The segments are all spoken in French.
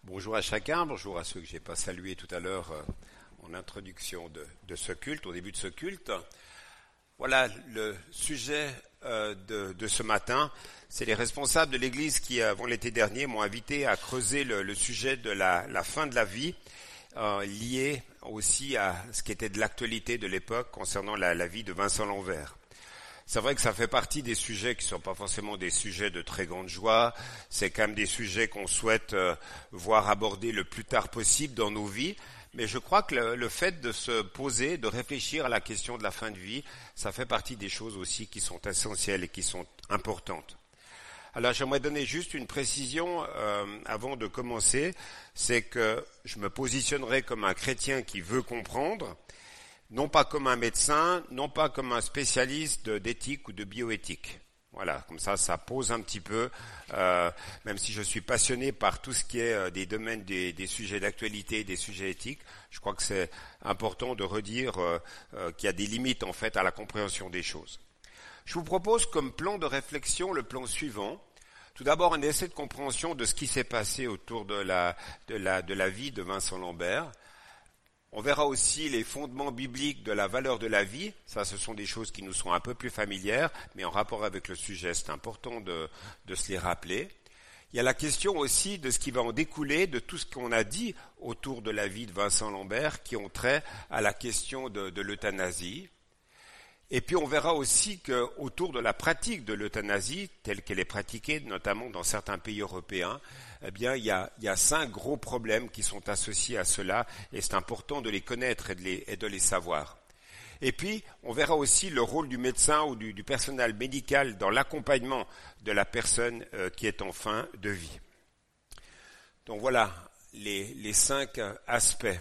Bonjour à chacun, bonjour à ceux que je n'ai pas salués tout à l'heure en introduction de ce culte, au début de ce culte. Voilà le sujet de ce matin. C'est les responsables de l'Église qui, avant l'été dernier, m'ont invité à creuser le sujet de la fin de la vie, lié aussi à ce qui était de l'actualité de l'époque concernant la vie de Vincent Lambert. C'est vrai que ça fait partie des sujets qui ne sont pas forcément des sujets de très grande joie. C'est quand même des sujets qu'on souhaite voir abordés le plus tard possible dans nos vies. Mais je crois que le fait de se poser, de réfléchir à la question de la fin de vie, ça fait partie des choses aussi qui sont essentielles et qui sont importantes. Alors j'aimerais donner juste une précision avant de commencer. C'est que je me positionnerai comme un chrétien qui veut comprendre, non pas comme un médecin, non pas comme un spécialiste d'éthique ou de bioéthique. Voilà, comme ça pose un petit peu, même si je suis passionné par tout ce qui est des domaines des sujets d'actualité, des sujets éthiques, je crois que c'est important de redire qu'il y a des limites en fait à la compréhension des choses. Je vous propose comme plan de réflexion le plan suivant. Tout d'abord, un essai de compréhension de ce qui s'est passé autour de la vie de Vincent Lambert. On verra aussi les fondements bibliques de la valeur de la vie. Ça, ce sont des choses qui nous sont un peu plus familières, mais en rapport avec le sujet, c'est important de se les rappeler. Il y a la question aussi de ce qui va en découler, de tout ce qu'on a dit autour de la vie de Vincent Lambert, qui ont trait à la question de l'euthanasie. Et puis on verra aussi qu'autour de la pratique de l'euthanasie, telle qu'elle est pratiquée, notamment dans certains pays européens, eh bien il y a 5 gros problèmes qui sont associés à cela, et c'est important de les connaître et de les savoir. Et puis on verra aussi le rôle du médecin ou du personnel médical dans l'accompagnement de la personne qui est en fin de vie. Donc voilà les 5 aspects.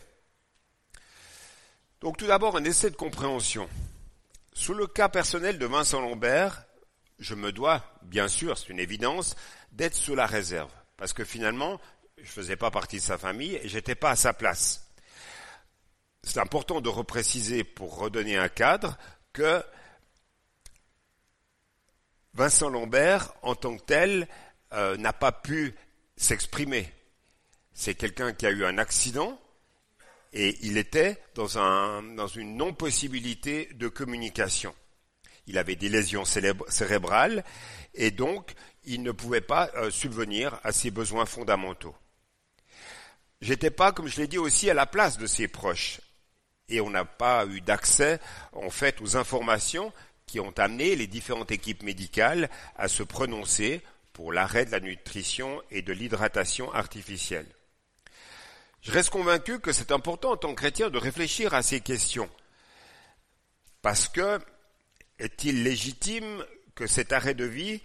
Donc tout d'abord un essai de compréhension. Sous le cas personnel de Vincent Lambert, je me dois, bien sûr, c'est une évidence, d'être sous la réserve. Parce que finalement, je ne faisais pas partie de sa famille et je n'étais pas à sa place. C'est important de repréciser, pour redonner un cadre, que Vincent Lambert, en tant que tel, n'a pas pu s'exprimer. C'est quelqu'un qui a eu un accident. Et il était dans une non-possibilité de communication. Il avait des lésions cérébrales et donc il ne pouvait pas subvenir à ses besoins fondamentaux. J'étais pas, comme je l'ai dit aussi, à la place de ses proches. Et on n'a pas eu d'accès, en fait, aux informations qui ont amené les différentes équipes médicales à se prononcer pour l'arrêt de la nutrition et de l'hydratation artificielle. Je reste convaincu que c'est important en tant que chrétien de réfléchir à ces questions. Parce que, est-il légitime que cet arrêt de vie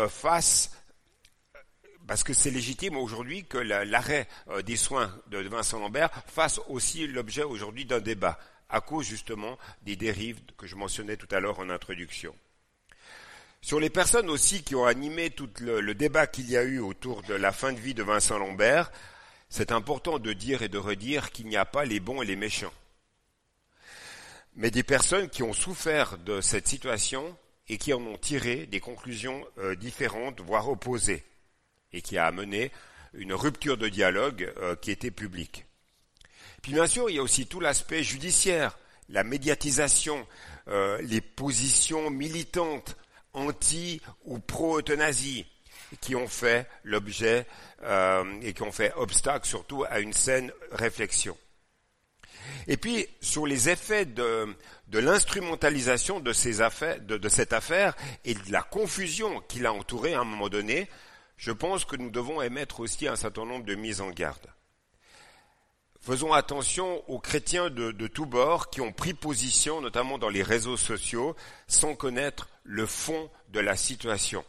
parce que c'est légitime aujourd'hui que l'arrêt des soins de Vincent Lambert fasse aussi l'objet aujourd'hui d'un débat, à cause justement des dérives que je mentionnais tout à l'heure en introduction. Sur les personnes aussi qui ont animé tout le débat qu'il y a eu autour de la fin de vie de Vincent Lambert, c'est important de dire et de redire qu'il n'y a pas les bons et les méchants. Mais des personnes qui ont souffert de cette situation et qui en ont tiré des conclusions différentes, voire opposées, et qui a amené une rupture de dialogue qui était publique. Puis bien sûr, il y a aussi tout l'aspect judiciaire, la médiatisation, les positions militantes anti- ou pro-euthanasie, qui ont fait l'objet et qui ont fait obstacle surtout à une saine réflexion. Et puis sur les effets de l'instrumentalisation de cette affaire et de la confusion qui l'a entourée à un moment donné, je pense que nous devons émettre aussi un certain nombre de mises en garde. Faisons attention aux chrétiens de tous bords qui ont pris position, notamment dans les réseaux sociaux, sans connaître le fond de la situation.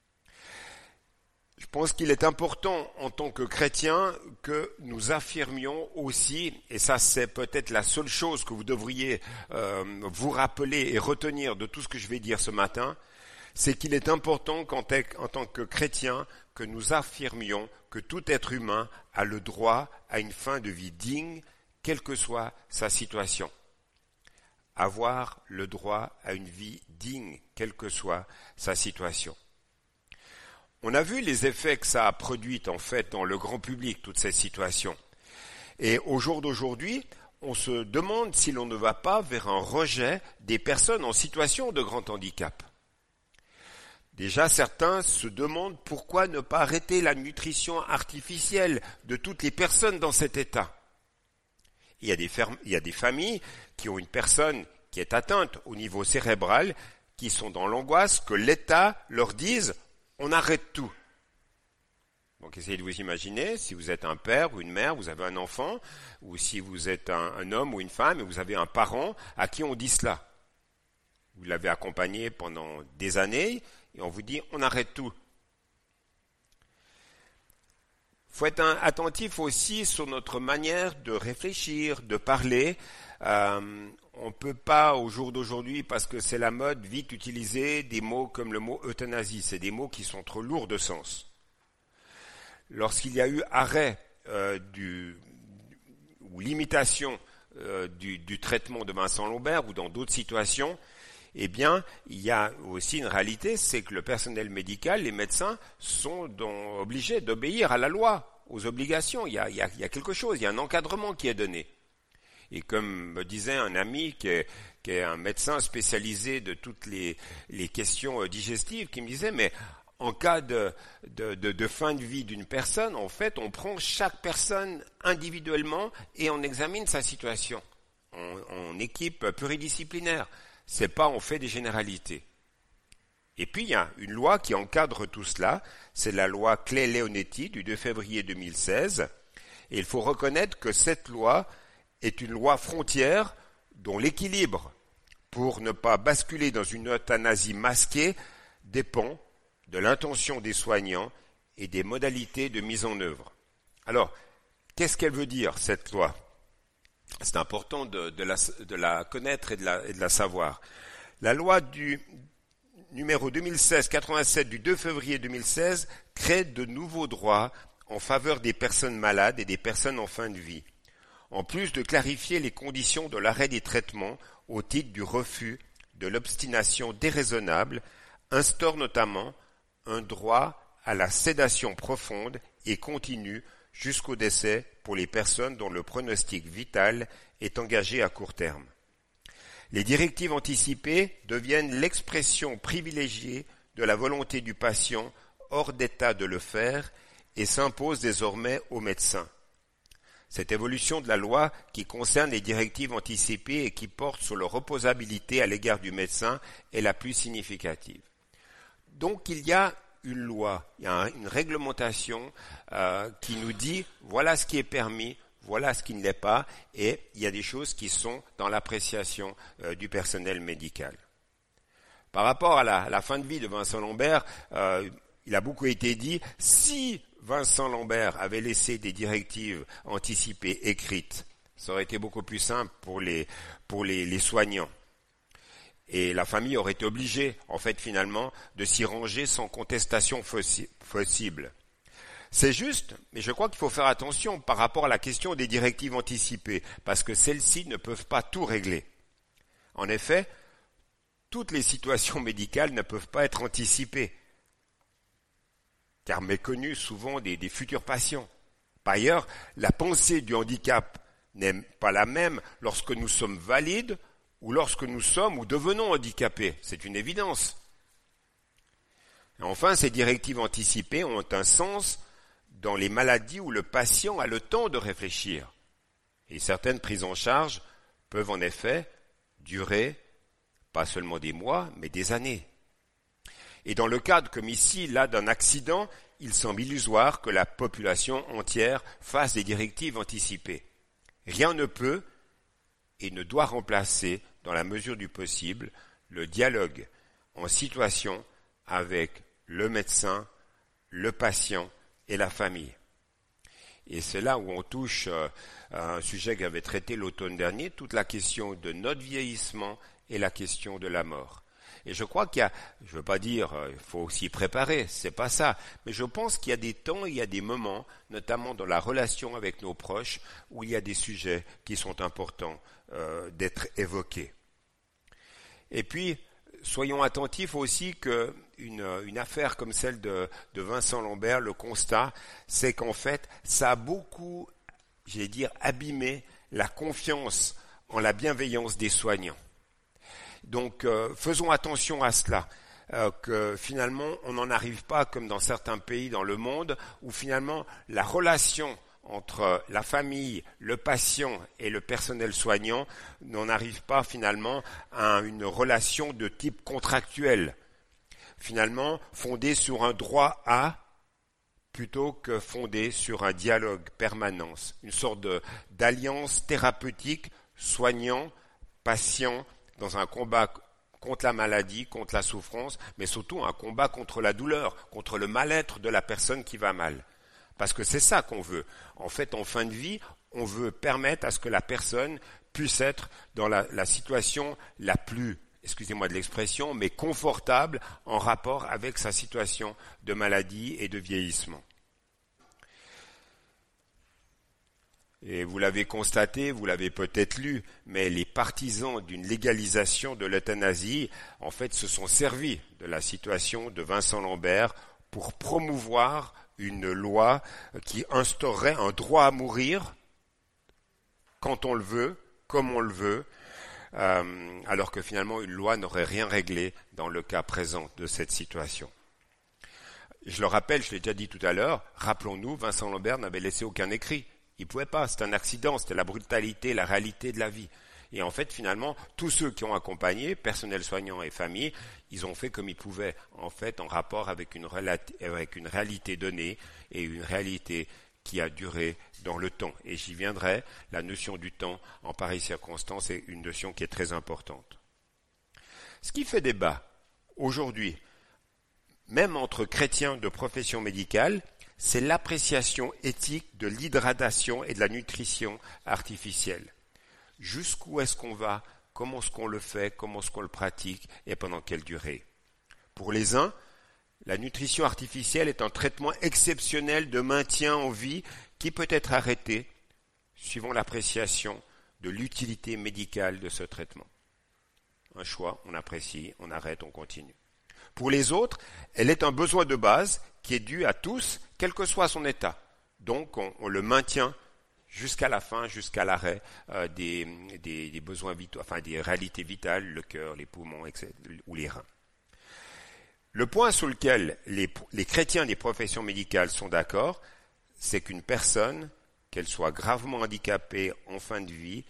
Je pense qu'il est important en tant que chrétiens que nous affirmions aussi, et ça c'est peut-être la seule chose que vous devriez vous rappeler et retenir de tout ce que je vais dire ce matin, c'est qu'il est important en tant que chrétiens que nous affirmions que tout être humain a le droit à une fin de vie digne, quelle que soit sa situation. Avoir le droit à une vie digne, quelle que soit sa situation. On a vu les effets que ça a produits en fait dans le grand public, toute cette situation. Et au jour d'aujourd'hui, on se demande si l'on ne va pas vers un rejet des personnes en situation de grand handicap. Déjà, certains se demandent pourquoi ne pas arrêter la nutrition artificielle de toutes les personnes dans cet état. Il y a des familles qui ont une personne qui est atteinte au niveau cérébral, qui sont dans l'angoisse que l'État leur dise « on arrête tout ». Donc essayez de vous imaginer, si vous êtes un père ou une mère, vous avez un enfant, ou si vous êtes un homme ou une femme et vous avez un parent à qui on dit cela. Vous l'avez accompagné pendant des années et on vous dit on arrête tout. Il faut être attentif aussi sur notre manière de réfléchir, de parler. On ne peut pas au jour d'aujourd'hui, parce que c'est la mode, vite utiliser des mots comme le mot euthanasie. C'est des mots qui sont trop lourds de sens. Lorsqu'il y a eu arrêt ou limitation du traitement de Vincent Lambert ou dans d'autres situations, eh bien, il y a aussi une réalité, c'est que le personnel médical, les médecins, sont obligés d'obéir à la loi, aux obligations. Il y a quelque chose, il y a un encadrement qui est donné. Et comme me disait un ami qui est un médecin spécialisé de toutes les questions digestives, qui me disait, mais en cas de fin de vie d'une personne, en fait, on prend chaque personne individuellement et on examine sa situation en équipe pluridisciplinaire. C'est pas on fait des généralités. Et puis il y a une loi qui encadre tout cela, c'est la loi Clay-Leonetti du 2 février 2016. Et il faut reconnaître que cette loi est une loi frontière dont l'équilibre, pour ne pas basculer dans une euthanasie masquée, dépend de l'intention des soignants et des modalités de mise en œuvre. Alors, qu'est-ce qu'elle veut dire, cette loi ? C'est important de la connaître et de la savoir. La loi du numéro 2016-87 du 2 février 2016 crée de nouveaux droits en faveur des personnes malades et des personnes en fin de vie, en plus de clarifier les conditions de l'arrêt des traitements au titre du refus de l'obstination déraisonnable, instaure notamment un droit à la sédation profonde et continue jusqu'au décès pour les personnes dont le pronostic vital est engagé à court terme. Les directives anticipées deviennent l'expression privilégiée de la volonté du patient hors d'état de le faire et s'imposent désormais aux médecins. Cette évolution de la loi qui concerne les directives anticipées et qui porte sur leur opposabilité à l'égard du médecin est la plus significative. Donc il y a une loi, il y a une réglementation qui nous dit voilà ce qui est permis, voilà ce qui ne l'est pas, et il y a des choses qui sont dans l'appréciation du personnel médical. Par rapport à la fin de vie de Vincent Lambert, il a beaucoup été dit, si Vincent Lambert avait laissé des directives anticipées écrites, ça aurait été beaucoup plus simple pour les soignants. Et la famille aurait été obligée, en fait, finalement, de s'y ranger sans contestation possible. C'est juste, mais je crois qu'il faut faire attention par rapport à la question des directives anticipées, parce que celles-ci ne peuvent pas tout régler. En effet, toutes les situations médicales ne peuvent pas être anticipées, car méconnues souvent des futurs patients. Par ailleurs, la pensée du handicap n'est pas la même lorsque nous sommes valides ou lorsque nous sommes ou devenons handicapés. C'est une évidence. Et enfin, ces directives anticipées ont un sens dans les maladies où le patient a le temps de réfléchir. Et certaines prises en charge peuvent en effet durer pas seulement des mois, mais des années. Et dans le cadre, comme ici, là, d'un accident, il semble illusoire que la population entière fasse des directives anticipées. Rien ne peut et ne doit remplacer, dans la mesure du possible, le dialogue en situation avec le médecin, le patient et la famille. Et c'est là où on touche à un sujet que j'avais traité l'automne dernier, toute la question de notre vieillissement et la question de la mort. Et je crois qu'il y a, je ne veux pas dire, il faut s'y préparer, c'est pas ça, mais je pense qu'il y a des temps, il y a des moments, notamment dans la relation avec nos proches, où il y a des sujets qui sont importants d'être évoqués. Et puis, soyons attentifs aussi que une affaire comme celle de Vincent Lambert, le constat, c'est qu'en fait, ça a beaucoup, j'allais dire, abîmé la confiance en la bienveillance des soignants. Donc, faisons attention à cela, que finalement, on n'en arrive pas comme dans certains pays dans le monde, où finalement, la relation entre la famille, le patient et le personnel soignant n'en arrive pas finalement à une relation de type contractuel, finalement fondée sur un droit à plutôt que fondée sur un dialogue permanent, une sorte d'alliance thérapeutique soignant-patient dans un combat contre la maladie, contre la souffrance, mais surtout un combat contre la douleur, contre le mal-être de la personne qui va mal. Parce que c'est ça qu'on veut. En fait, en fin de vie, on veut permettre à ce que la personne puisse être dans la situation la plus, excusez-moi de l'expression, mais confortable en rapport avec sa situation de maladie et de vieillissement. Et vous l'avez constaté, vous l'avez peut-être lu, mais les partisans d'une légalisation de l'euthanasie, en fait, se sont servis de la situation de Vincent Lambert pour promouvoir une loi qui instaurerait un droit à mourir quand on le veut, comme on le veut, alors que finalement une loi n'aurait rien réglé dans le cas présent de cette situation. Je le rappelle, je l'ai déjà dit tout à l'heure, rappelons-nous, Vincent Lambert n'avait laissé aucun écrit. Il ne pouvait pas, c'était un accident, c'était la brutalité, la réalité de la vie. Et en fait, finalement, tous ceux qui ont accompagné, personnel soignant et famille, ils ont fait comme ils pouvaient, en fait, en rapport avec une réalité donnée et une réalité qui a duré dans le temps. Et j'y viendrai, la notion du temps, en pareille circonstance, est une notion qui est très importante. Ce qui fait débat, aujourd'hui, même entre chrétiens de profession médicale, c'est l'appréciation éthique de l'hydratation et de la nutrition artificielle. Jusqu'où est-ce qu'on va, comment est-ce qu'on le fait, comment est-ce qu'on le pratique et pendant quelle durée. Pour les uns, la nutrition artificielle est un traitement exceptionnel de maintien en vie qui peut être arrêté suivant l'appréciation de l'utilité médicale de ce traitement. Un choix, on apprécie, on arrête, on continue. Pour les autres, elle est un besoin de base qui est dû à tous, quel que soit son état. Donc on le maintient jusqu'à la fin, jusqu'à l'arrêt des besoins vitaux, enfin des réalités vitales, le cœur, les poumons, etc., ou les reins. Le point sur lequel les chrétiens des professions médicales sont d'accord, c'est qu'une personne, qu'elle soit gravement handicapée en fin de vie,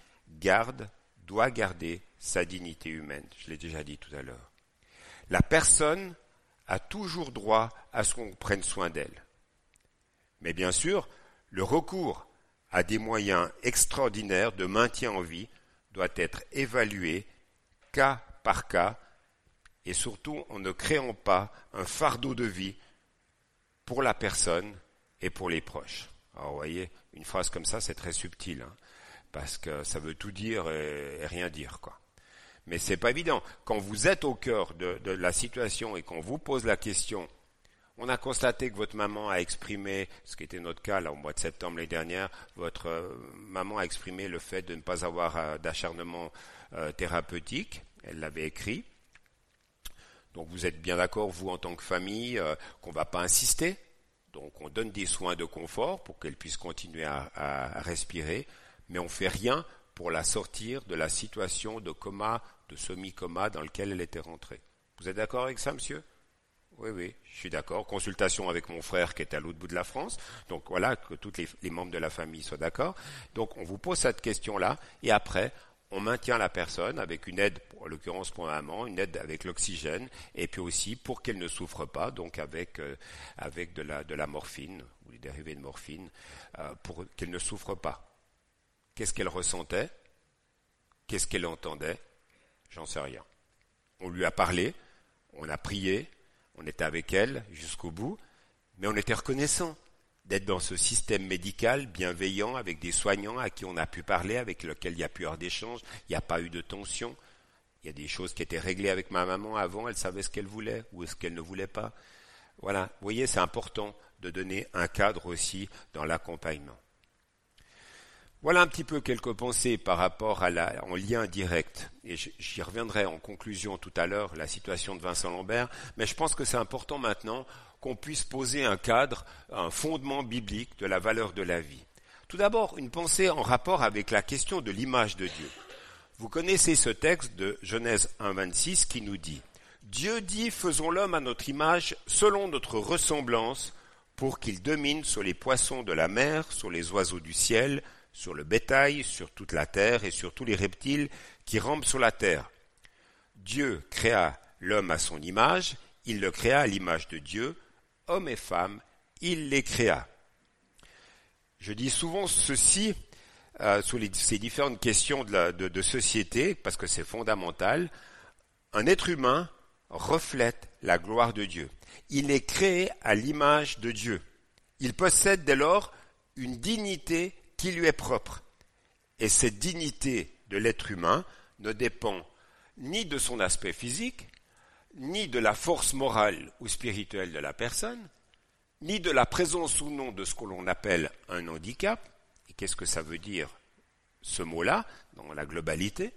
doit garder sa dignité humaine. Je l'ai déjà dit tout à l'heure. La personne a toujours droit à ce qu'on prenne soin d'elle. Mais bien sûr, le recours à des moyens extraordinaires de maintien en vie doit être évalué cas par cas et surtout en ne créant pas un fardeau de vie pour la personne et pour les proches. Alors vous voyez, une phrase comme ça, c'est très subtil, parce que ça veut tout dire et rien dire, quoi. Mais c'est pas évident. Quand vous êtes au cœur de la situation et qu'on vous pose la question, on a constaté que votre maman a exprimé, ce qui était notre cas là au mois de septembre l'année dernière, votre maman a exprimé le fait de ne pas avoir d'acharnement thérapeutique. Elle l'avait écrit. Donc vous êtes bien d'accord, vous en tant que famille, qu'on ne va pas insister. Donc on donne des soins de confort pour qu'elle puisse continuer à respirer, mais on ne fait rien pour la sortir de la situation de coma, de semi-coma dans lequel elle était rentrée. Vous êtes d'accord avec ça, monsieur ? Oui, je suis d'accord. Consultation avec mon frère qui est à l'autre bout de la France. Donc voilà, que tous les membres de la famille soient d'accord. Donc on vous pose cette question-là et après, on maintient la personne avec une aide, en l'occurrence pour la maman, une aide avec l'oxygène et puis aussi pour qu'elle ne souffre pas, donc avec de la morphine ou les dérivés de morphine, pour qu'elle ne souffre pas. Qu'est-ce qu'elle ressentait ? Qu'est-ce qu'elle entendait ? J'en sais rien. On lui a parlé, on a prié, on était avec elle jusqu'au bout, mais on était reconnaissant d'être dans ce système médical bienveillant avec des soignants à qui on a pu parler, avec lesquels il y a pu y avoir d'échanges, il n'y a pas eu de tension. Il y a des choses qui étaient réglées avec ma maman avant, elle savait ce qu'elle voulait ou ce qu'elle ne voulait pas. Voilà, vous voyez, c'est important de donner un cadre aussi dans l'accompagnement. Voilà un petit peu quelques pensées par rapport en lien direct. Et j'y reviendrai en conclusion tout à l'heure, la situation de Vincent Lambert. Mais je pense que c'est important maintenant qu'on puisse poser un cadre, un fondement biblique de la valeur de la vie. Tout d'abord, une pensée en rapport avec la question de l'image de Dieu. Vous connaissez ce texte de Genèse 1,26 qui nous dit « Dieu dit, faisons l'homme à notre image, selon notre ressemblance, pour qu'il domine sur les poissons de la mer, sur les oiseaux du ciel, sur le bétail, sur toute la terre et sur tous les reptiles qui rampent sur la terre. Dieu créa l'homme à son image, il le créa à l'image de Dieu, hommes et femmes, il les créa. » Je dis souvent ceci sur ces différentes questions de société, parce que c'est fondamental. Un être humain reflète la gloire de Dieu. Il est créé à l'image de Dieu. Il possède dès lors une dignité qui lui est propre. Et cette dignité de l'être humain ne dépend ni de son aspect physique, ni de la force morale ou spirituelle de la personne, ni de la présence ou non de ce que l'on appelle un handicap. Et qu'est-ce que ça veut dire, ce mot-là, dans la globalité,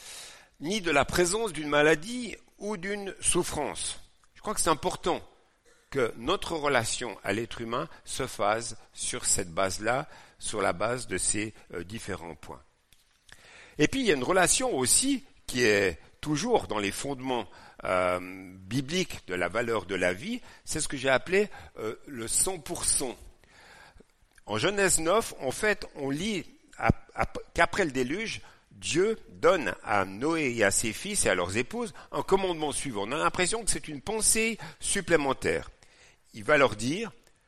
ni de la présence d'une maladie ou d'une souffrance. Je crois que c'est important que notre relation à l'être humain se fasse sur cette base-là, sur la base de ces différents points. Et puis il y a une relation aussi qui est toujours dans les fondements bibliques de la valeur de la vie, c'est ce que j'ai appelé le 100%. En Genèse 9, en fait, on lit qu'après le déluge, Dieu donne à Noé et à ses fils et à leurs épouses un commandement suivant. On a l'impression que c'est une pensée supplémentaire. Il va leur dire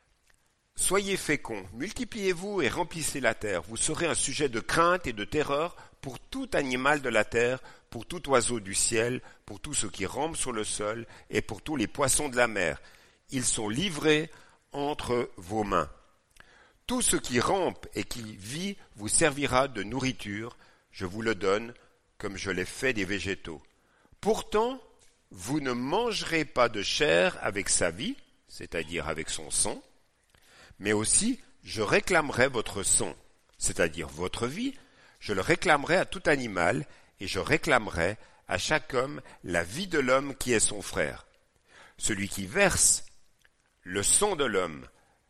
« Soyez féconds, multipliez-vous et remplissez la terre. Vous serez un sujet de crainte et de terreur pour tout animal de la terre, pour tout oiseau du ciel, pour tout ce qui rampe sur le sol et pour tous les poissons de la mer. Ils sont livrés entre vos mains. Tout ce qui rampe et qui vit vous servira de nourriture. Je vous le donne comme je l'ai fait des végétaux. Pourtant, vous ne mangerez pas de chair avec sa vie, c'est-à-dire avec son sang, mais aussi je réclamerai votre sang, c'est-à-dire votre vie, je le réclamerai à tout animal, et je réclamerai à chaque homme la vie de l'homme qui est son frère. Celui qui verse le sang de l'homme,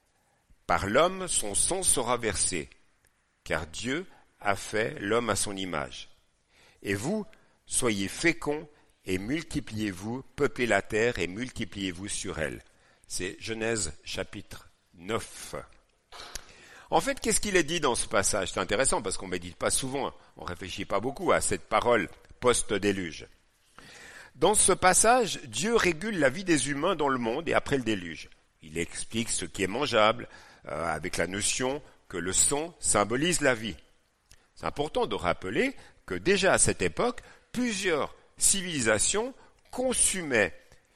par l'homme son sang sera versé, car Dieu a fait l'homme à son image. Et vous, soyez féconds et multipliez-vous, peuplez la terre et multipliez-vous sur elle. C'est Genèse chapitre 9. En fait, qu'est-ce qu'il est dit dans ce passage? C'est intéressant parce qu'on ne médite pas souvent, on ne réfléchit pas beaucoup à cette parole post-déluge. Dans ce passage, Dieu régule la vie des humains dans le monde et après le déluge. Il explique ce qui est mangeable avec la notion que le sang symbolise la vie. C'est important de rappeler que déjà à cette époque, plusieurs civilisations consommaient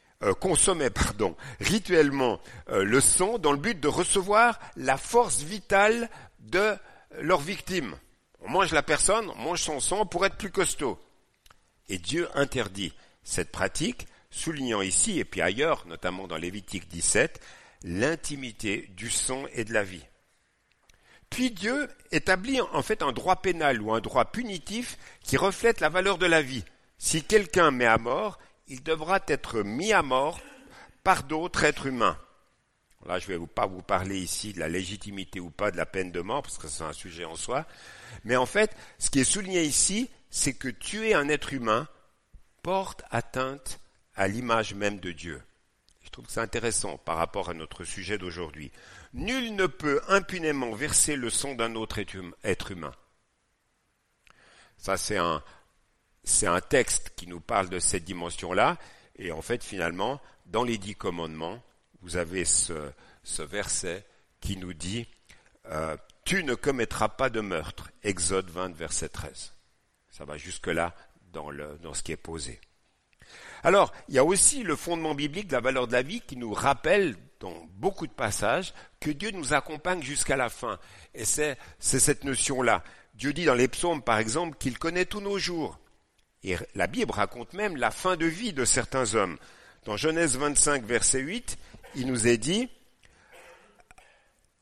rituellement le sang dans le but de recevoir la force vitale de leur victime. On mange la personne, on mange son sang pour être plus costaud. Et Dieu interdit cette pratique, soulignant ici et puis ailleurs, notamment dans Lévitique 17, l'intimité du sang et de la vie. Puis Dieu établit en fait un droit pénal ou un droit punitif qui reflète la valeur de la vie. Si quelqu'un met à mort, il devra être mis à mort par d'autres êtres humains. Là, je ne vais pas vous parler ici de la légitimité ou pas de la peine de mort, parce que c'est un sujet en soi. Mais en fait, ce qui est souligné ici, c'est que tuer un être humain porte atteinte à l'image même de Dieu. Je trouve que c'est intéressant par rapport à notre sujet d'aujourd'hui. Nul ne peut impunément verser le sang d'un autre être humain. Ça, c'est un texte qui nous parle de cette dimension-là. Et en fait, finalement, dans les 10 commandements, vous avez ce verset qui nous dit « Tu ne commettras pas de meurtre » Exode 20, verset 13. Ça va jusque-là dans ce qui est posé. Alors, il y a aussi le fondement biblique de la valeur de la vie qui nous rappelle, dans beaucoup de passages, que Dieu nous accompagne jusqu'à la fin. Et c'est cette notion-là. Dieu dit dans les psaumes, par exemple, qu'il connaît tous nos jours. Et la Bible raconte même la fin de vie de certains hommes. Dans Genèse 25, verset 8, il nous est dit «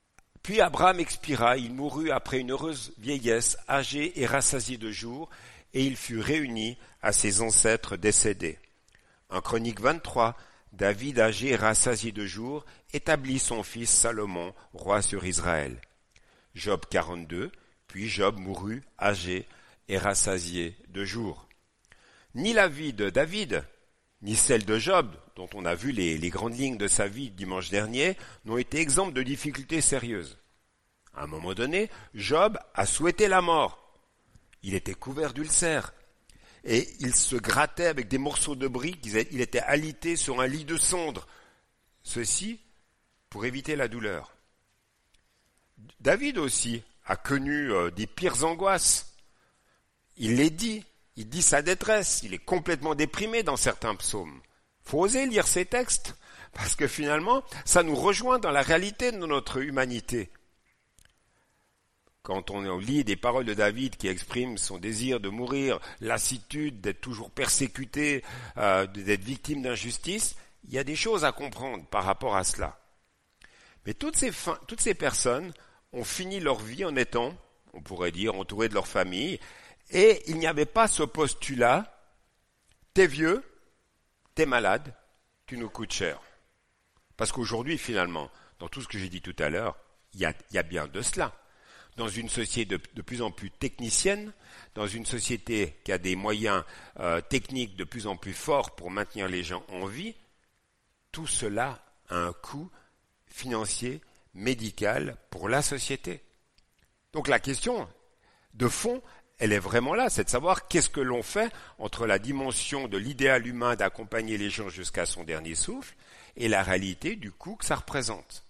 Puis Abraham expira, il mourut après une heureuse vieillesse, âgé et rassasié de jours, et il fut réuni à ses ancêtres décédés. En Chronique 23, David, âgé et rassasié de jours, établit son fils Salomon, roi sur Israël. Job 42, puis Job mourut, âgé et rassasié de jours. Ni la vie de David, ni celle de Job, dont on a vu les grandes lignes de sa vie dimanche dernier, n'ont été exemples de difficultés sérieuses. À un moment donné, Job a souhaité la mort. Il était couvert d'ulcères. Et il se grattait avec des morceaux de briques, il était alité sur un lit de cendre. Ceci pour éviter la douleur. David aussi a connu des pires angoisses. Il dit sa détresse, il est complètement déprimé dans certains psaumes. Il faut oser lire ces textes, parce que finalement, ça nous rejoint dans la réalité de notre humanité. Quand on lit des paroles de David qui expriment son désir de mourir, lassitude, d'être toujours persécuté, d'être victime d'injustice, il y a des choses à comprendre par rapport à cela. Mais toutes ces personnes ont fini leur vie en étant, on pourrait dire, entourées de leur famille, et il n'y avait pas ce postulat, t'es vieux, t'es malade, tu nous coûtes cher. Parce qu'aujourd'hui, finalement, dans tout ce que j'ai dit tout à l'heure, il y a bien de cela. Dans une société de plus en plus technicienne, dans une société qui a des moyens techniques de plus en plus forts pour maintenir les gens en vie, tout cela a un coût financier, médical pour la société. Donc la question de fond, elle est vraiment là, c'est de savoir qu'est-ce que l'on fait entre la dimension de l'idéal humain d'accompagner les gens jusqu'à son dernier souffle et la réalité du coût que ça représente.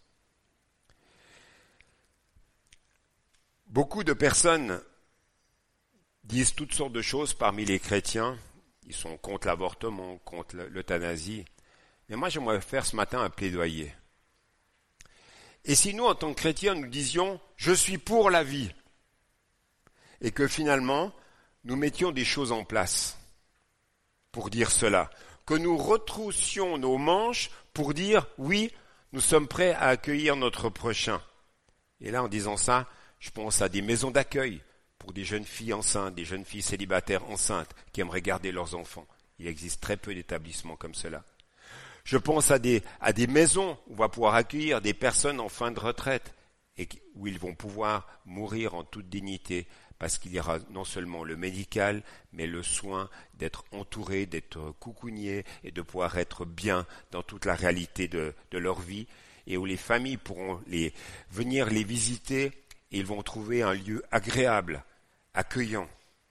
Beaucoup de personnes disent toutes sortes de choses parmi les chrétiens. Ils sont contre l'avortement, contre l'euthanasie. Mais moi, j'aimerais faire ce matin un plaidoyer. Et si nous, en tant que chrétiens, nous disions « je suis pour la vie », et que finalement, nous mettions des choses en place pour dire cela, que nous retroussions nos manches pour dire « oui, nous sommes prêts à accueillir notre prochain ». Et là, en disant ça, je pense à des maisons d'accueil pour des jeunes filles enceintes, des jeunes filles célibataires enceintes qui aimeraient garder leurs enfants. Il existe très peu d'établissements comme cela. Je pense à des maisons où on va pouvoir accueillir des personnes en fin de retraite et où ils vont pouvoir mourir en toute dignité parce qu'il y aura non seulement le médical, mais le soin d'être entouré, d'être coucougné et de pouvoir être bien dans toute la réalité de leur vie et où les familles pourront venir les visiter. Et ils vont trouver un lieu agréable, accueillant,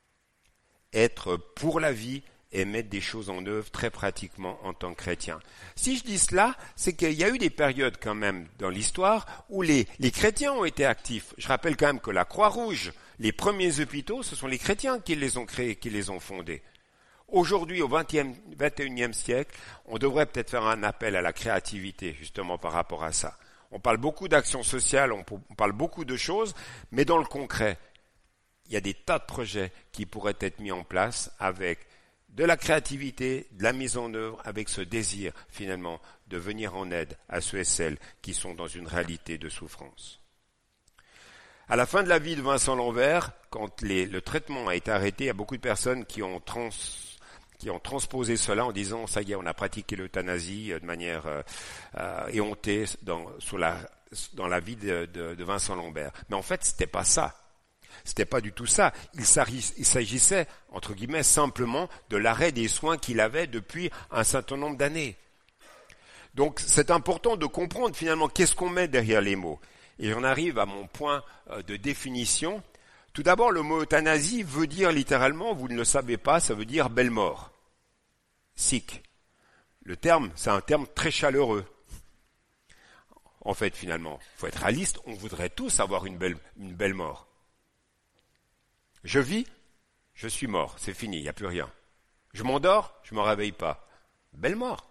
être pour la vie et mettre des choses en œuvre très pratiquement en tant que chrétien. Si je dis cela, c'est qu'il y a eu des périodes quand même dans l'histoire où les chrétiens ont été actifs. Je rappelle quand même que la Croix-Rouge, les premiers hôpitaux, ce sont les chrétiens qui les ont créés, qui les ont fondés. Aujourd'hui, au XXIe siècle, on devrait peut-être faire un appel à la créativité justement par rapport à ça. On parle beaucoup d'actions sociales, on parle beaucoup de choses, mais dans le concret, il y a des tas de projets qui pourraient être mis en place avec de la créativité, de la mise en œuvre, avec ce désir finalement de venir en aide à ceux et celles qui sont dans une réalité de souffrance. À la fin de la vie de Vincent Lambert, quand le traitement a été arrêté, il y a beaucoup de personnes qui ont transposé cela en disant ça y est, on a pratiqué l'euthanasie de manière éhontée dans la vie de Vincent Lambert. Mais en fait, c'était pas ça. C'était pas du tout ça. Il s'agissait, entre guillemets, simplement de l'arrêt des soins qu'il avait depuis un certain nombre d'années. Donc, c'est important de comprendre finalement qu'est-ce qu'on met derrière les mots. Et j'en arrive à mon point de définition. Tout d'abord, le mot euthanasie veut dire littéralement, vous ne le savez pas, ça veut dire belle mort. Sick. Le terme, c'est un terme très chaleureux. En fait, finalement, il faut être réaliste, on voudrait tous avoir une belle mort. Je vis, je suis mort, c'est fini, il n'y a plus rien. Je m'endors, je ne me réveille pas. Belle mort.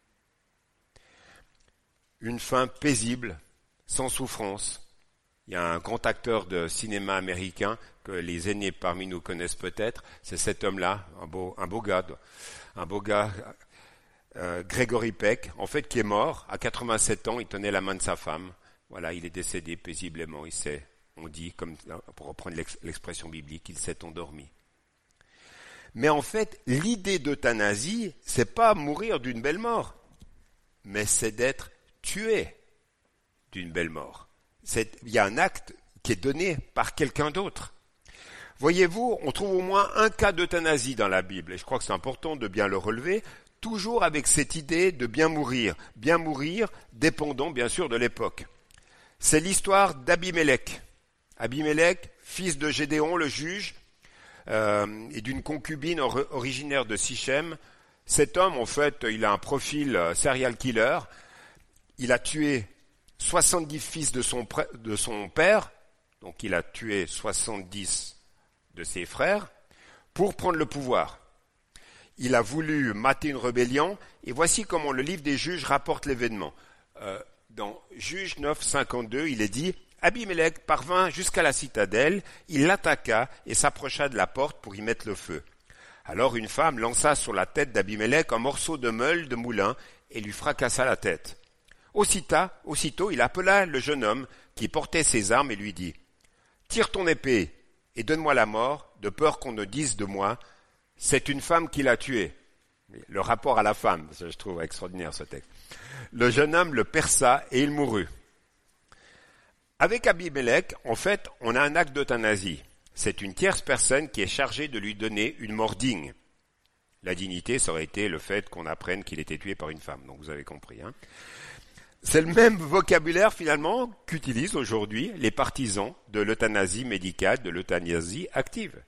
Une fin paisible, sans souffrance. Il y a un grand acteur de cinéma américain que les aînés parmi nous connaissent peut-être. C'est cet homme-là, un beau gars, Gregory Peck, en fait, qui est mort à 87 ans. Il tenait la main de sa femme Voilà, il est décédé paisiblement, on dit, comme pour reprendre l'expression biblique, il s'est endormi. Mais en fait, l'idée d'euthanasie, c'est pas mourir d'une belle mort, mais c'est d'être tué d'une belle mort. Il y a un acte qui est donné par quelqu'un d'autre. Voyez-vous, on trouve au moins un cas d'euthanasie dans la Bible, et je crois que c'est important de bien le relever, toujours avec cette idée de bien mourir dépendant bien sûr de l'époque. C'est l'histoire d'Abimélec. Abimélec, fils de Gédéon le juge, et d'une concubine originaire de Sichem. Cet homme, en fait, il a un profil serial killer. Il a tué 70 fils de son père, donc il a tué 70 de ses frères, pour prendre le pouvoir. Il a voulu mater une rébellion, et voici comment le livre des Juges rapporte l'événement. Dans Juges 9, 52, il est dit « Abimélec parvint jusqu'à la citadelle, il l'attaqua et s'approcha de la porte pour y mettre le feu. Alors une femme lança sur la tête d'Abimélec un morceau de meule de moulin et lui fracassa la tête. Aussitôt, il appela le jeune homme qui portait ses armes et lui dit « Tire ton épée et donne-moi la mort, de peur qu'on ne dise de moi, c'est une femme qui l'a tué. » Le rapport à la femme, je trouve extraordinaire ce texte. Le jeune homme le perça et il mourut. Avec Abimélec, en fait, on a un acte d'euthanasie. C'est une tierce personne qui est chargée de lui donner une mort digne. La dignité, ça aurait été le fait qu'on apprenne qu'il était tué par une femme, donc vous avez compris. C'est le même vocabulaire finalement qu'utilisent aujourd'hui les partisans de l'euthanasie médicale, de l'euthanasie active.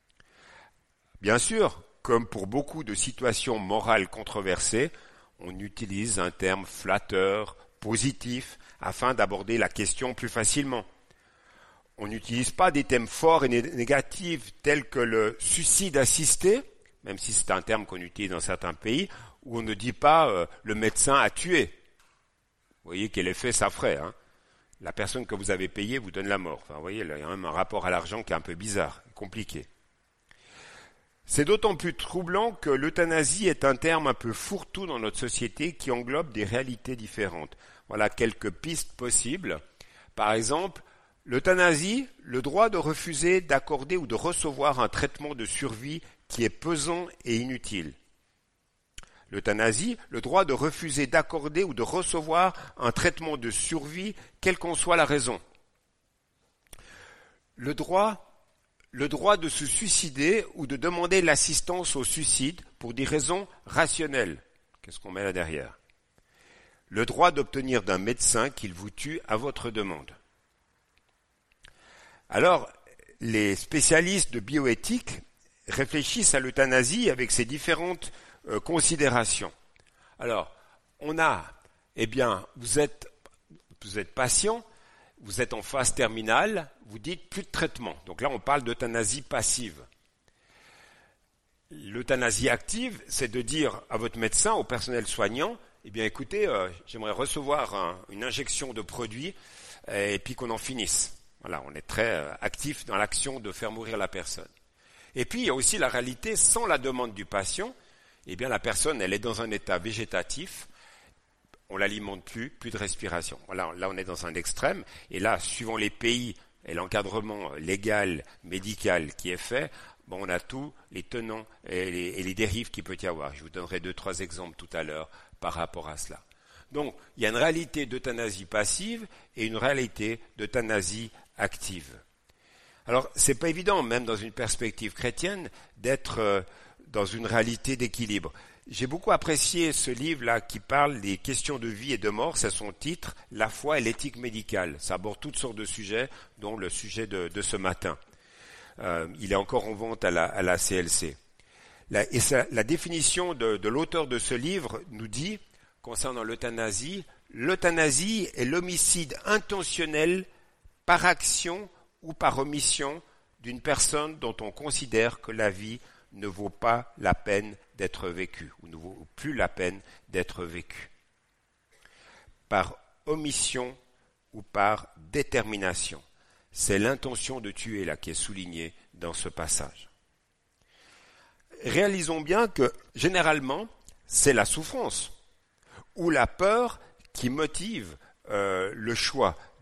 Bien sûr, comme pour beaucoup de situations morales controversées, on utilise un terme flatteur, positif, afin d'aborder la question plus facilement. On n'utilise pas des thèmes forts et négatifs tels que le suicide assisté, même si c'est un terme qu'on utilise dans certains pays, où on ne dit pas le médecin a tué. Vous voyez quel effet ça ferait. La personne que vous avez payée vous donne la mort. Enfin, vous voyez, il y a même un rapport à l'argent qui est un peu bizarre, compliqué. C'est d'autant plus troublant que l'euthanasie est un terme un peu fourre-tout dans notre société qui englobe des réalités différentes. Voilà quelques pistes possibles. Par exemple, l'euthanasie, le droit de refuser d'accorder ou de recevoir un traitement de survie qui est pesant et inutile. L'euthanasie, le droit de refuser d'accorder ou de recevoir un traitement de survie, quelle qu'en soit la raison. Le droit de se suicider ou de demander l'assistance au suicide pour des raisons rationnelles. Qu'est-ce qu'on met là derrière? Le droit d'obtenir d'un médecin qu'il vous tue à votre demande. Alors, les spécialistes de bioéthique réfléchissent à l'euthanasie avec ces différentes considérations. Alors, on a, vous êtes patient, vous êtes en phase terminale, vous dites plus de traitement. Donc là, on parle d'euthanasie passive. L'euthanasie active, c'est de dire à votre médecin, au personnel soignant, écoutez, j'aimerais recevoir une injection de produit et puis qu'on en finisse. Voilà, on est très actif dans l'action de faire mourir la personne. Et puis, il y a aussi la réalité, sans la demande du patient, la personne, elle est dans un état végétatif, on l'alimente plus de respiration. Voilà, là, on est dans un extrême, et là, suivant les pays et l'encadrement légal, médical qui est fait, on a tous les tenants et les dérives qu'il peut y avoir. Je vous donnerai 2-3 exemples tout à l'heure par rapport à cela. Donc, il y a une réalité d'euthanasie passive et une réalité d'euthanasie active. Alors, c'est pas évident, même dans une perspective chrétienne, d'être dans une réalité d'équilibre. J'ai beaucoup apprécié ce livre-là qui parle des questions de vie et de mort. C'est son titre, La foi et l'éthique médicale. Ça aborde toutes sortes de sujets, dont le sujet de ce matin. Il est encore en vente à la CLC. La définition de l'auteur de ce livre nous dit, concernant l'euthanasie est l'homicide intentionnel par action ou par omission d'une personne dont on considère que la vie ne vaut pas la peine d'être vécue, ou ne vaut plus la peine d'être vécue. Par omission ou par détermination. C'est l'intention de tuer là qui est soulignée dans ce passage. Réalisons bien que, généralement, c'est la souffrance ou la peur qui motive le choix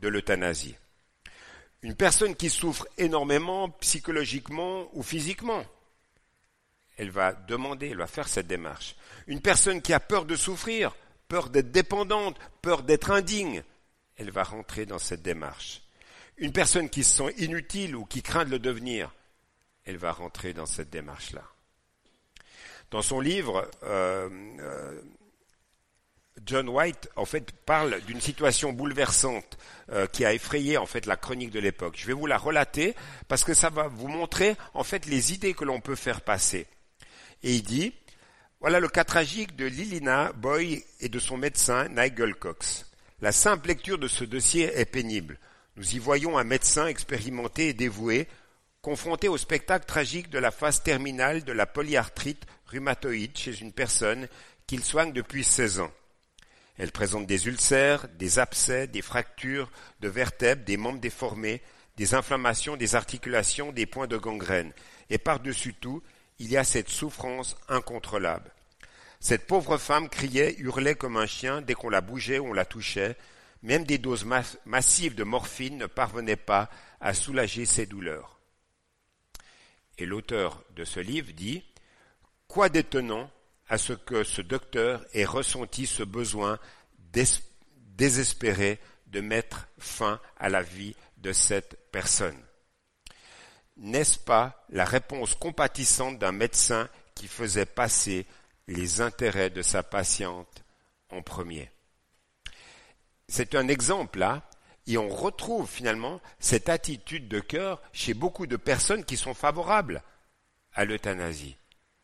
de l'euthanasie. Une personne qui souffre énormément psychologiquement ou physiquement, elle va faire cette démarche. Une personne qui a peur de souffrir, peur d'être dépendante, peur d'être indigne, elle va rentrer dans cette démarche. Une personne qui se sent inutile ou qui craint de le devenir, elle va rentrer dans cette démarche-là. Dans son livre, John White, en fait, parle d'une situation bouleversante qui a effrayé, en fait, la chronique de l'époque. Je vais vous la relater parce que ça va vous montrer, en fait, les idées que l'on peut faire passer. Et il dit, voilà le cas tragique de Lilina Boy et de son médecin Nigel Cox. La simple lecture de ce dossier est pénible. Nous y voyons un médecin expérimenté et dévoué, confronté au spectacle tragique de la phase terminale de la polyarthrite rhumatoïde chez une personne qu'il soigne depuis 16 ans. Elle présente des ulcères, des abcès, des fractures de vertèbres, des membres déformés, des inflammations des articulations, des points de gangrène. Et par-dessus tout, il y a cette souffrance incontrôlable. Cette pauvre femme criait, hurlait comme un chien dès qu'on la bougeait ou on la touchait. Même des doses massives de morphine ne parvenaient pas à soulager ses douleurs. Et l'auteur de ce livre dit « Quoi d'étonnant à ce que ce docteur ait ressenti ce besoin désespéré de mettre fin à la vie de cette personne. N'est-ce pas la réponse compatissante d'un médecin qui faisait passer les intérêts de sa patiente en premier? C'est un exemple là, et on retrouve finalement cette attitude de cœur chez beaucoup de personnes qui sont favorables à l'euthanasie.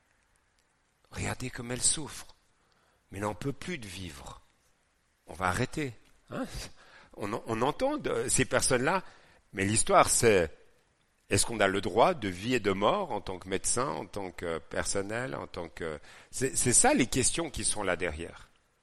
Regardez comme elle souffre, mais elle n'en peut plus de vivre. On va arrêter. Hein? On entend ces personnes-là, mais l'histoire c'est, est-ce qu'on a le droit de vie et de mort en tant que médecin, en tant que personnel, en tant que... C'est ça les questions qui sont là derrière.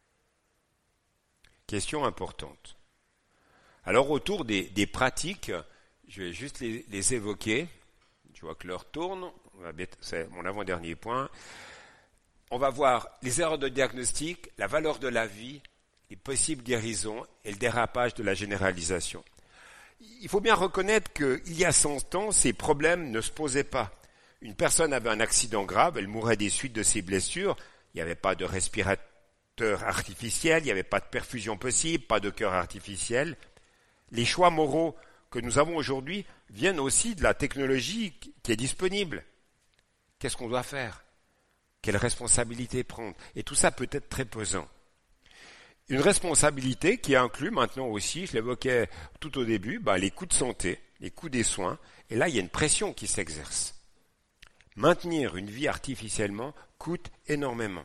Questions importantes. Alors autour des pratiques, je vais juste les évoquer. Je vois que l'heure tourne, c'est mon avant-dernier point. On va voir les erreurs de diagnostic, la valeur de la vie, les possibles guérisons et le dérapage de la généralisation. Il faut bien reconnaître qu'il y a 100 ans, ces problèmes ne se posaient pas. Une personne avait un accident grave, elle mourait des suites de ses blessures, il n'y avait pas de respirateur artificiel, il n'y avait pas de perfusion possible, pas de cœur artificiel. Les choix moraux que nous avons aujourd'hui viennent aussi de la technologie qui est disponible. Qu'est-ce qu'on doit faire? Quelle responsabilité prendre? Et tout ça peut être très pesant. Une responsabilité qui inclut maintenant aussi, je l'évoquais tout au début, les coûts de santé, les coûts des soins. Et là, il y a une pression qui s'exerce. Maintenir une vie artificiellement coûte énormément.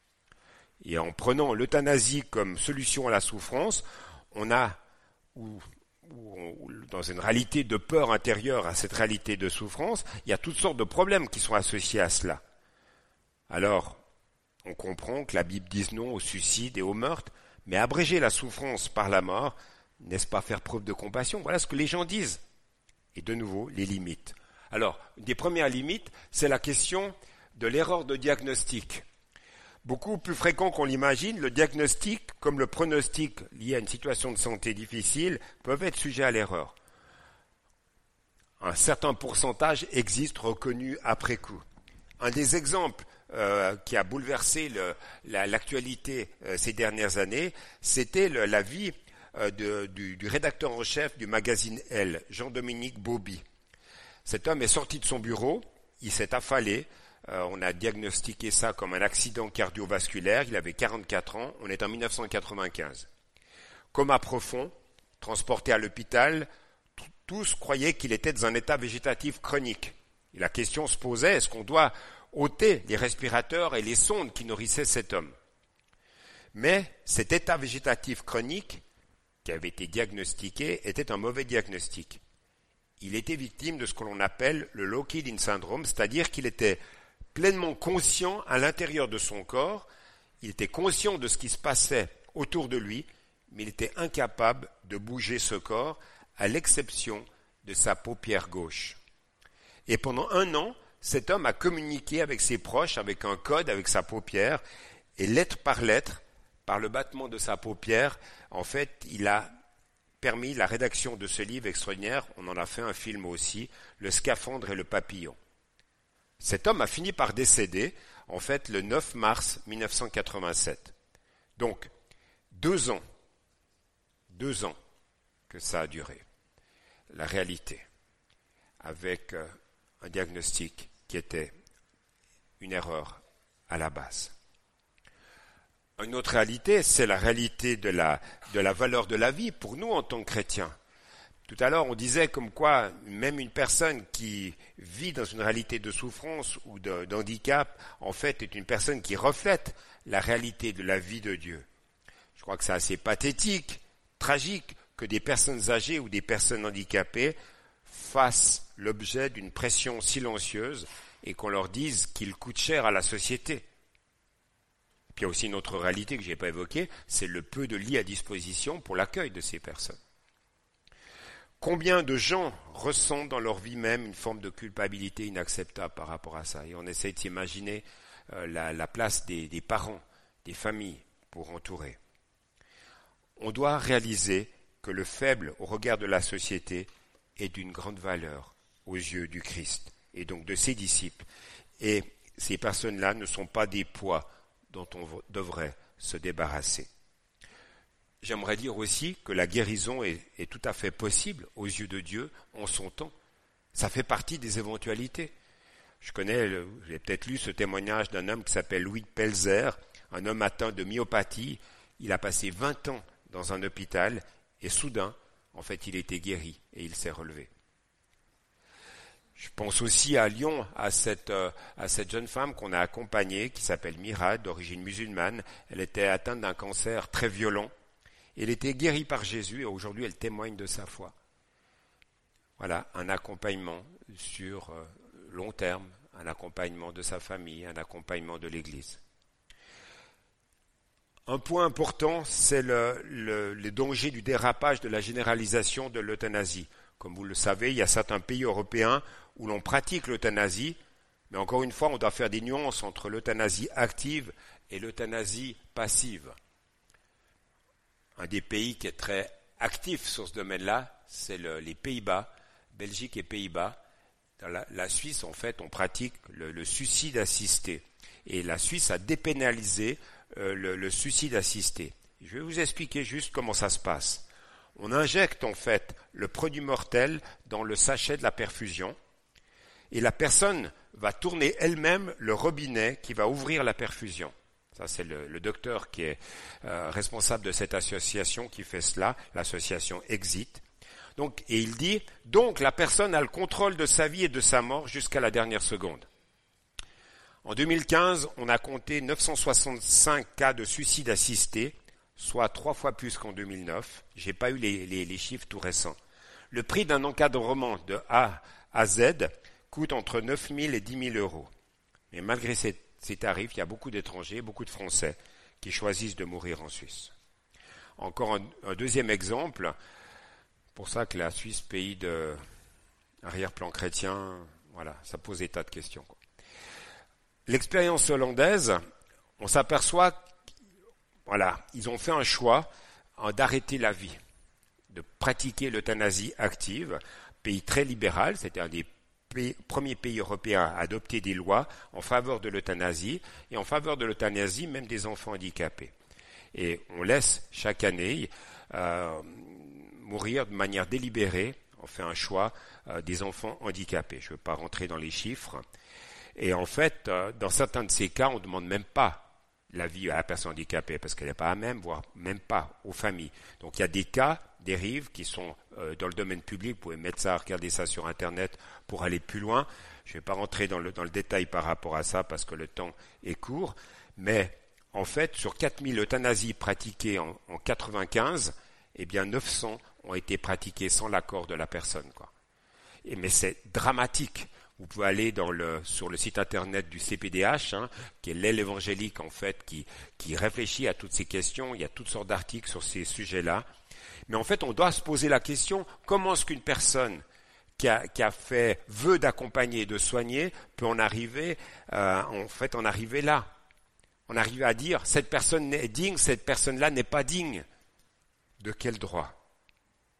Et en prenant l'euthanasie comme solution à la souffrance, on a, dans une réalité de peur intérieure à cette réalité de souffrance, il y a toutes sortes de problèmes qui sont associés à cela. Alors, on comprend que la Bible dise non au suicide et au meurtre, mais abréger la souffrance par la mort, n'est-ce pas faire preuve de compassion? Voilà ce que les gens disent. Et de nouveau, les limites. Alors, une des premières limites, c'est la question de l'erreur de diagnostic. Beaucoup plus fréquent qu'on l'imagine, le diagnostic, comme le pronostic lié à une situation de santé difficile, peuvent être sujets à l'erreur. Un certain pourcentage existe reconnu après coup. Un des exemples qui a bouleversé l'actualité ces dernières années, c'était la vie du rédacteur en chef du magazine Elle, Jean-Dominique Bauby. Cet homme est sorti de son bureau, il s'est affalé, on a diagnostiqué ça comme un accident cardiovasculaire, il avait 44 ans, on est en 1995. Coma profond, transporté à l'hôpital, tous croyaient qu'il était dans un état végétatif chronique. Et la question se posait, est-ce qu'on doit ôter les respirateurs et les sondes qui nourrissaient cet homme? Mais cet état végétatif chronique, qui avait été diagnostiqué, était un mauvais diagnostic. Il était victime de ce que l'on appelle le low-killing syndrome, c'est-à-dire qu'il était pleinement conscient à l'intérieur de son corps, il était conscient de ce qui se passait autour de lui, mais il était incapable de bouger ce corps, à l'exception de sa paupière gauche. Et pendant 1 an, cet homme a communiqué avec ses proches, avec un code, avec sa paupière, et lettre, par le battement de sa paupière, en fait, il a permis la rédaction de ce livre extraordinaire. On en a fait un film aussi, Le scaphandre et le papillon. Cet homme a fini par décéder, en fait, le 9 mars 1987. Donc, 2 ans que ça a duré, la réalité, avec un diagnostic qui était une erreur à la base. Une autre réalité, c'est la réalité de la valeur de la vie pour nous en tant que chrétiens. Tout à l'heure, on disait comme quoi même une personne qui vit dans une réalité de souffrance ou d'handicap, en fait, est une personne qui reflète la réalité de la vie de Dieu. Je crois que c'est assez pathétique, tragique, que des personnes âgées ou des personnes handicapées fassent l'objet d'une pression silencieuse et qu'on leur dise qu'ils coûtent cher à la société. Puis il y a aussi une autre réalité que je n'ai pas évoquée, c'est le peu de lits à disposition pour l'accueil de ces personnes. Combien de gens ressentent dans leur vie même une forme de culpabilité inacceptable par rapport à ça? Et on essaie de s'imaginer la place des parents, des familles pour entourer. On doit réaliser que le faible au regard de la société est d'une grande valeur aux yeux du Christ et donc de ses disciples. Et ces personnes-là ne sont pas des poids dont on devrait se débarrasser. J'aimerais dire aussi que la guérison est tout à fait possible aux yeux de Dieu en son temps. Ça fait partie des éventualités. Je connais, vous avez peut-être lu ce témoignage d'un homme qui s'appelle Louis Pelzer, un homme atteint de myopathie. Il a passé 20 ans dans un hôpital et soudain, en fait, il était guéri et il s'est relevé. Je pense aussi à Lyon, à cette jeune femme qu'on a accompagnée, qui s'appelle Mira, d'origine musulmane. Elle était atteinte d'un cancer très violent. Elle était guérie par Jésus et aujourd'hui elle témoigne de sa foi. Voilà, un accompagnement sur long terme, un accompagnement de sa famille, un accompagnement de l'Église. Un point important, c'est le danger du dérapage de la généralisation de l'euthanasie. Comme vous le savez, il y a certains pays européens où l'on pratique l'euthanasie, mais encore une fois, on doit faire des nuances entre l'euthanasie active et l'euthanasie passive. Un des pays qui est très actif sur ce domaine-là, c'est les Pays-Bas, Belgique et Pays-Bas. Dans la Suisse, en fait, on pratique le suicide assisté. Et la Suisse a dépénalisé le suicide assisté. Je vais vous expliquer juste comment ça se passe. On injecte en fait le produit mortel dans le sachet de la perfusion et la personne va tourner elle-même le robinet qui va ouvrir la perfusion. Ça, c'est le docteur qui est responsable de cette association qui fait cela, l'association Exit. Donc, et il dit, donc la personne a le contrôle de sa vie et de sa mort jusqu'à la dernière seconde. En 2015, on a compté 965 cas de suicide assisté, soit 3 fois plus qu'en 2009. J'ai pas eu les chiffres tout récents. Le prix d'un encadrement de A à Z coûte entre 9 000 et 10 000 euros. Mais malgré ces tarifs, il y a beaucoup d'étrangers, beaucoup de Français qui choisissent de mourir en Suisse. Encore un deuxième exemple, pour ça que la Suisse, pays de arrière-plan chrétien, voilà, ça pose des tas de questions. L'expérience hollandaise, on s'aperçoit, voilà, ils ont fait un choix d'arrêter la vie, de pratiquer l'euthanasie active, pays très libéral, c'était un des premiers pays européens à adopter des lois en faveur de l'euthanasie, et en faveur de l'euthanasie même des enfants handicapés. Et on laisse chaque année mourir de manière délibérée, on fait un choix des enfants handicapés. Je ne veux pas rentrer dans les chiffres. Et en fait, dans certains de ces cas, on ne demande même pas la vie à la personne handicapée, parce qu'elle n'est pas à même, voire même pas aux familles. Donc il y a des cas, dérives, qui sont dans le domaine public. Vous pouvez mettre ça, regarder ça sur Internet pour aller plus loin. Je ne vais pas rentrer dans le détail par rapport à ça, parce que le temps est court. Mais en fait, sur 4000 euthanasies pratiquées en 95, eh bien 900 ont été pratiquées sans l'accord de la personne, quoi. Mais c'est dramatique. Vous pouvez aller sur le site internet du CPDH, qui est l'aile évangélique en fait, qui réfléchit à toutes ces questions. Il y a toutes sortes d'articles sur ces sujets-là. Mais en fait, on doit se poser la question, comment est-ce qu'une personne qui a fait vœu d'accompagner et de soigner peut en arriver là? On arrive à dire, cette personne est digne, cette personne-là n'est pas digne. De quel droit?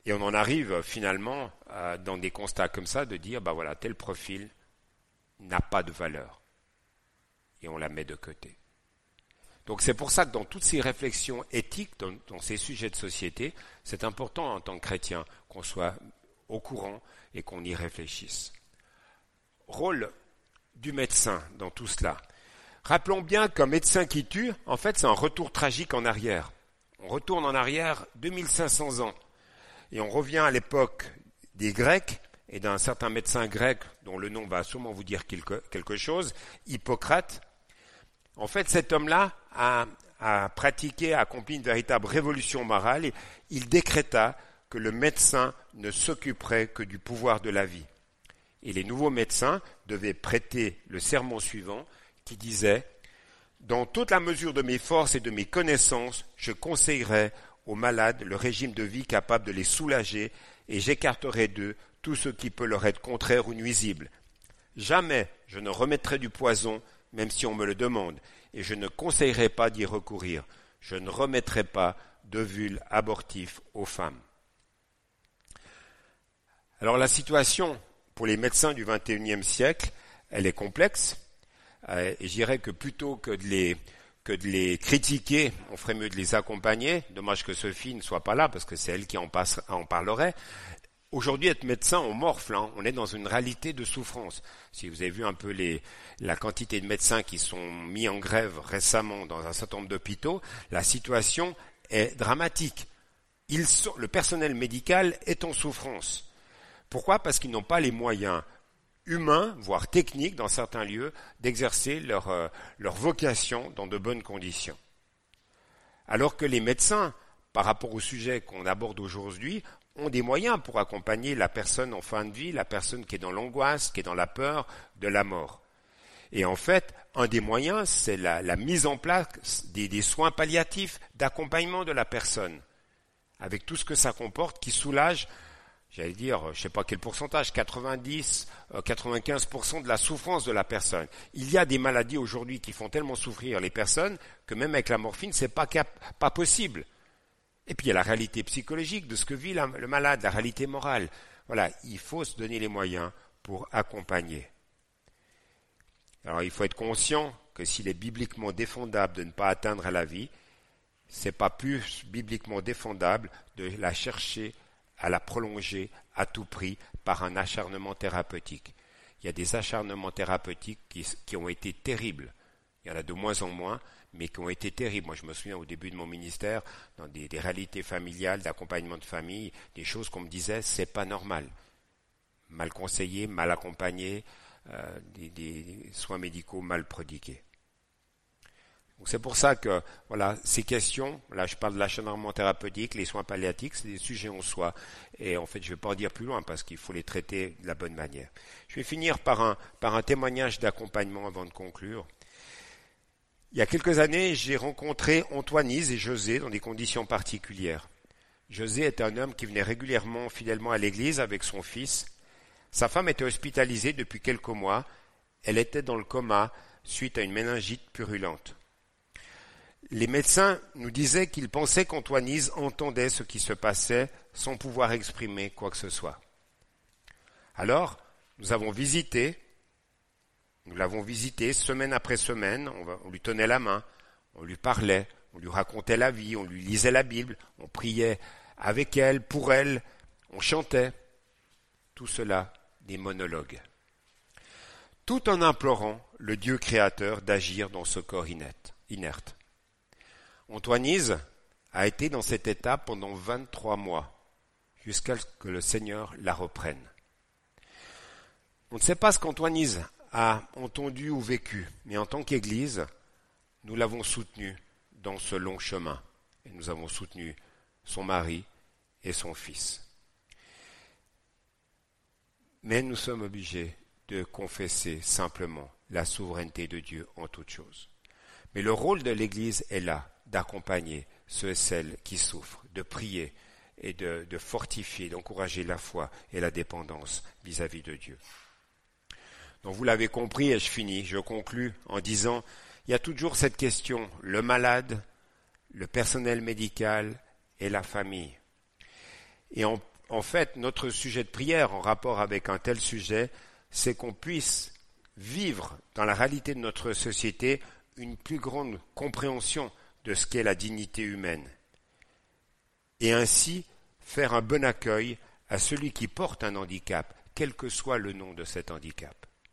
Et on en arrive finalement dans des constats comme ça de dire, voilà, tel profil n'a pas de valeur. Et on la met de côté. Donc c'est pour ça que dans toutes ces réflexions éthiques, dans ces sujets de société, c'est important en tant que chrétien qu'on soit au courant et qu'on y réfléchisse. Rôle du médecin dans tout cela. Rappelons bien qu'un médecin qui tue, en fait, c'est un retour tragique en arrière. On retourne en arrière 2500 ans. Et on revient à l'époque des Grecs et d'un certain médecin grec dont le nom va sûrement vous dire quelque chose, Hippocrate. En fait, cet homme-là a pratiqué, a accompli une véritable révolution morale. Il décréta que le médecin ne s'occuperait que du pouvoir de la vie. Et les nouveaux médecins devaient prêter le serment suivant qui disait « Dans toute la mesure de mes forces et de mes connaissances, je conseillerai aux malades le régime de vie capable de les soulager et j'écarterai d'eux tout ce qui peut leur être contraire ou nuisible. Jamais je ne remettrai du poison, même si on me le demande, et je ne conseillerai pas d'y recourir. Je ne remettrai pas d'ovules abortifs aux femmes. » Alors la situation pour les médecins du XXIe siècle, elle est complexe. Et je dirais que plutôt que de les critiquer, on ferait mieux de les accompagner. Dommage que Sophie ne soit pas là, parce que c'est elle qui en parlerait. Aujourd'hui, être médecin, on morfle, on est dans une réalité de souffrance. Si vous avez vu un peu la quantité de médecins qui sont mis en grève récemment dans un certain nombre d'hôpitaux, la situation est dramatique. Le personnel médical est en souffrance. Pourquoi ? Parce qu'ils n'ont pas les moyens humains, voire techniques dans certains lieux, d'exercer leur vocation dans de bonnes conditions. Alors que les médecins, par rapport au sujet qu'on aborde aujourd'hui, ont des moyens pour accompagner la personne en fin de vie, la personne qui est dans l'angoisse, qui est dans la peur de la mort. Et en fait, un des moyens, c'est la mise en place des soins palliatifs, d'accompagnement de la personne, avec tout ce que ça comporte, qui soulage, j'allais dire, je ne sais pas quel pourcentage, 90, 95% de la souffrance de la personne. Il y a des maladies aujourd'hui qui font tellement souffrir les personnes que même avec la morphine, c'est pas possible. Et puis il y a la réalité psychologique de ce que vit le malade, la réalité morale. Voilà, il faut se donner les moyens pour accompagner. Alors il faut être conscient que s'il est bibliquement défendable de ne pas atteindre à la vie, c'est pas plus bibliquement défendable de la chercher à la prolonger à tout prix par un acharnement thérapeutique. Il y a des acharnements thérapeutiques qui ont été terribles. Il y en a de moins en moins, mais qui ont été terribles. Moi, je me souviens au début de mon ministère, dans des réalités familiales, d'accompagnement de famille, des choses qu'on me disait, c'est pas normal. Mal conseillé, mal accompagné, des soins médicaux mal prodigués. Donc c'est pour ça que voilà, ces questions, là je parle de l'acharnement thérapeutique, les soins palliatifs, c'est des sujets en soi. Et en fait, je ne vais pas en dire plus loin parce qu'il faut les traiter de la bonne manière. Je vais finir par un témoignage d'accompagnement avant de conclure. Il y a quelques années, j'ai rencontré Antoinise et José dans des conditions particulières. José était un homme qui venait régulièrement, fidèlement à l'église avec son fils. Sa femme était hospitalisée depuis quelques mois. Elle était dans le coma suite à une méningite purulente. Les médecins nous disaient qu'ils pensaient qu'Antoinise entendait ce qui se passait sans pouvoir exprimer quoi que ce soit. Alors, nous l'avons visité semaine après semaine, on lui tenait la main, on lui parlait, on lui racontait la vie, on lui lisait la Bible, on priait avec elle, pour elle, on chantait. Tout cela, des monologues. Tout en implorant le Dieu créateur d'agir dans ce corps inerte. Antoinise a été dans cet état pendant 23 mois, jusqu'à ce que le Seigneur la reprenne. On ne sait pas ce qu'Antoinise a entendu ou vécu, mais en tant qu'Église, nous l'avons soutenue dans ce long chemin. Et nous avons soutenu son mari et son fils. Mais nous sommes obligés de confesser simplement la souveraineté de Dieu en toutes choses. Mais le rôle de l'Église est là, d'accompagner ceux et celles qui souffrent, de prier et de fortifier, d'encourager la foi et la dépendance vis-à-vis de Dieu. Donc vous l'avez compris et je conclus en disant, il y a toujours cette question, le malade, le personnel médical et la famille. Et en fait, notre sujet de prière en rapport avec un tel sujet, c'est qu'on puisse vivre dans la réalité de notre société une plus grande compréhension de ce qu'est la dignité humaine. Et ainsi, faire un bon accueil à celui qui porte un handicap, quel que soit le nom de cet handicap.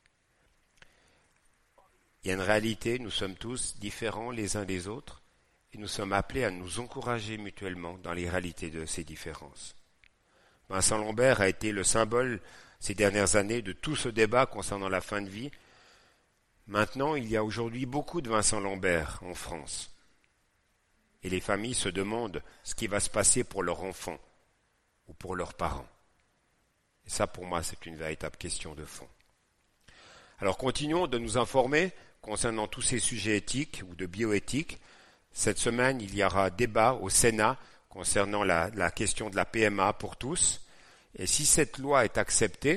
Il y a une réalité, nous sommes tous différents les uns des autres, et nous sommes appelés à nous encourager mutuellement dans les réalités de ces différences. Vincent Lambert a été le symbole ces dernières années de tout ce débat concernant la fin de vie. Maintenant, il y a aujourd'hui beaucoup de Vincent Lambert en France. Et les familles se demandent ce qui va se passer pour leurs enfants ou pour leurs parents. Et ça, pour moi, c'est une véritable question de fond. Alors, continuons de nous informer concernant tous ces sujets éthiques ou de bioéthique. Cette semaine, il y aura débat au Sénat concernant la question de la PMA pour tous. Et si cette loi est acceptée,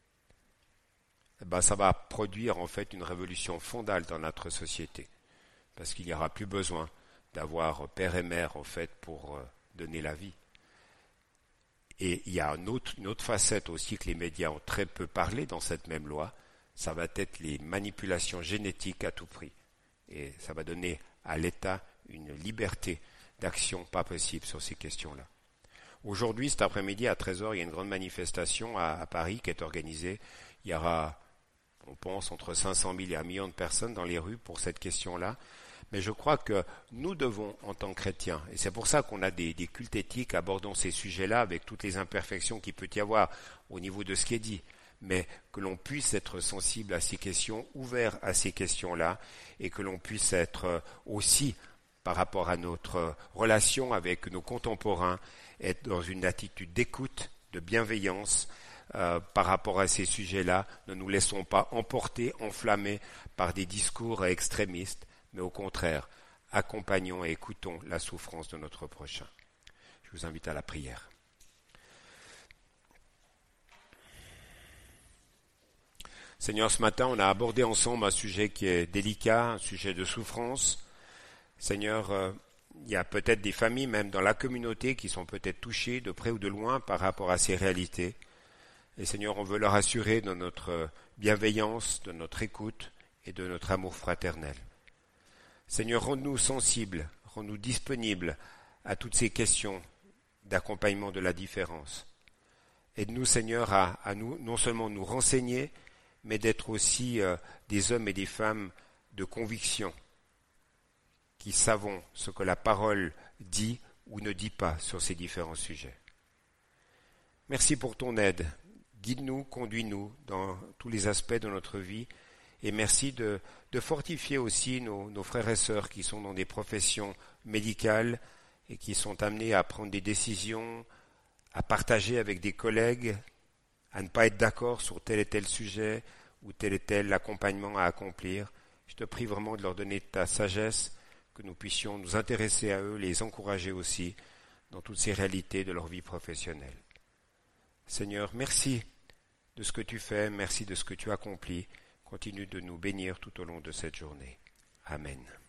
ça va produire en fait une révolution fondale dans notre société. Parce qu'il n'y aura plus besoin d'avoir père et mère en fait pour donner la vie. Et il y a une autre facette aussi que les médias ont très peu parlé dans cette même loi, ça va être les manipulations génétiques à tout prix. Et ça va donner à l'État une liberté d'action pas possible sur ces questions-là. Aujourd'hui, cet après-midi, à 13h, il y a une grande manifestation à Paris qui est organisée. Il y aura, on pense, entre 500 000 et 1 million de personnes dans les rues pour cette question-là. Mais je crois que nous devons, en tant que chrétiens, et c'est pour ça qu'on a des cultes éthiques abordant ces sujets-là avec toutes les imperfections qu'il peut y avoir au niveau de ce qui est dit, mais que l'on puisse être sensible à ces questions, ouvert à ces questions-là, et que l'on puisse être aussi, par rapport à notre relation avec nos contemporains, être dans une attitude d'écoute, de bienveillance, par rapport à ces sujets-là. Ne nous laissons pas emporter, enflammer par des discours extrémistes, mais au contraire, accompagnons et écoutons la souffrance de notre prochain. Je vous invite à la prière. Seigneur, ce matin, on a abordé ensemble un sujet qui est délicat, un sujet de souffrance. Seigneur, il y a peut-être des familles, même dans la communauté, qui sont peut-être touchées de près ou de loin par rapport à ces réalités. Et Seigneur, on veut leur assurer de notre bienveillance, de notre écoute et de notre amour fraternel. Seigneur, rends-nous sensibles, rends-nous disponibles à toutes ces questions d'accompagnement de la différence. Aide-nous, Seigneur, à nous, non seulement nous renseigner, mais d'être aussi des hommes et des femmes de conviction, qui savons ce que la parole dit ou ne dit pas sur ces différents sujets. Merci pour ton aide. Guide-nous, conduis-nous dans tous les aspects de notre vie. Et merci de fortifier aussi nos frères et sœurs qui sont dans des professions médicales et qui sont amenés à prendre des décisions, à partager avec des collègues, à ne pas être d'accord sur tel et tel sujet ou tel et tel accompagnement à accomplir. Je te prie vraiment de leur donner ta sagesse, que nous puissions nous intéresser à eux, les encourager aussi dans toutes ces réalités de leur vie professionnelle. Seigneur, merci de ce que tu fais, merci de ce que tu accomplis. Continue de nous bénir tout au long de cette journée. Amen.